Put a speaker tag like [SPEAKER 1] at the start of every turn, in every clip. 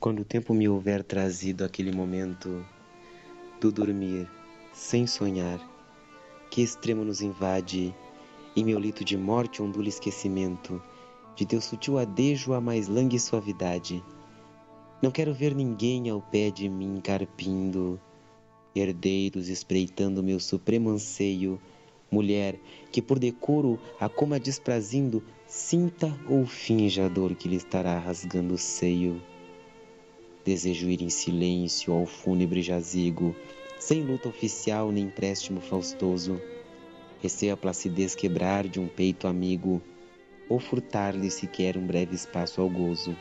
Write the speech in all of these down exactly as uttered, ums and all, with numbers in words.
[SPEAKER 1] Quando o tempo me houver trazido aquele momento do dormir sem sonhar, que extremo nos invade, e meu leito de morte ondula esquecimento de teu sutil adejo a mais langue suavidade. Não quero ver ninguém ao pé de mim carpindo, herdeiros espreitando meu supremo anseio, mulher que por decoro a coma desprazindo, sinta ou finja a dor que lhe estará rasgando o seio. Desejo ir em silêncio ao fúnebre jazigo, sem luta oficial nem empréstimo faustoso. Receio a placidez quebrar de um peito amigo, ou furtar-lhe sequer um breve espaço ao gozo.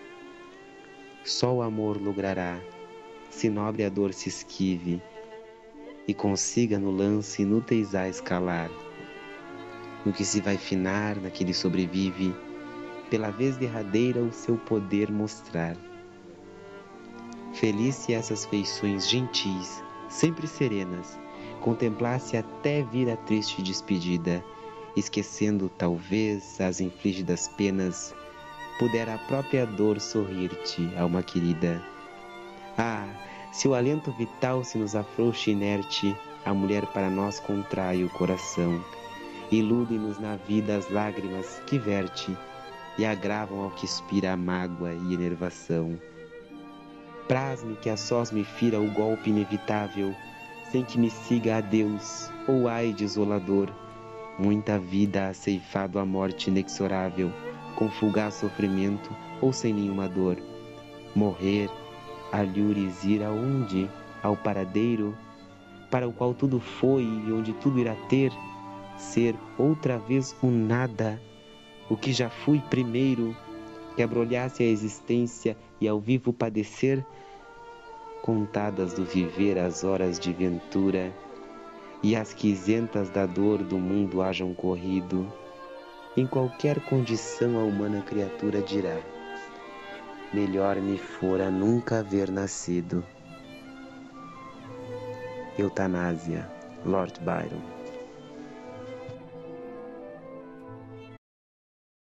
[SPEAKER 1] Só o amor logrará, se nobre a dor se esquive, e consiga no lance inúteis a escalar. No que se vai finar, naquele sobrevive, pela vez derradeira o seu poder mostrar. Feliz se essas feições gentis, sempre serenas, contemplasse até vir a triste despedida, esquecendo talvez as infligidas penas, pudera a própria dor sorrir-te, alma querida. Ah, se o alento vital se nos afrouxa inerte, a mulher para nós contrai o coração, iludem-nos na vida as lágrimas que verte, e agravam ao que expira a mágoa e enervação. Praz-me que a sós me fira o golpe inevitável, sem que me siga adeus, ou ai desolador. Muita vida ha ceifado a morte inexorável, com fugaz sofrimento ou sem nenhuma dor. Morrer, alhures ir aonde? Ao paradeiro, para o qual tudo foi e onde tudo irá ter, ser outra vez o nada, o que já fui primeiro, que abrolhasse a existência e ao vivo padecer, contadas do viver as horas de ventura, e as que isentas da dor do mundo hajam corrido, em qualquer condição a humana criatura dirá: melhor me fora nunca haver nascido. Eutanásia, Lord Byron.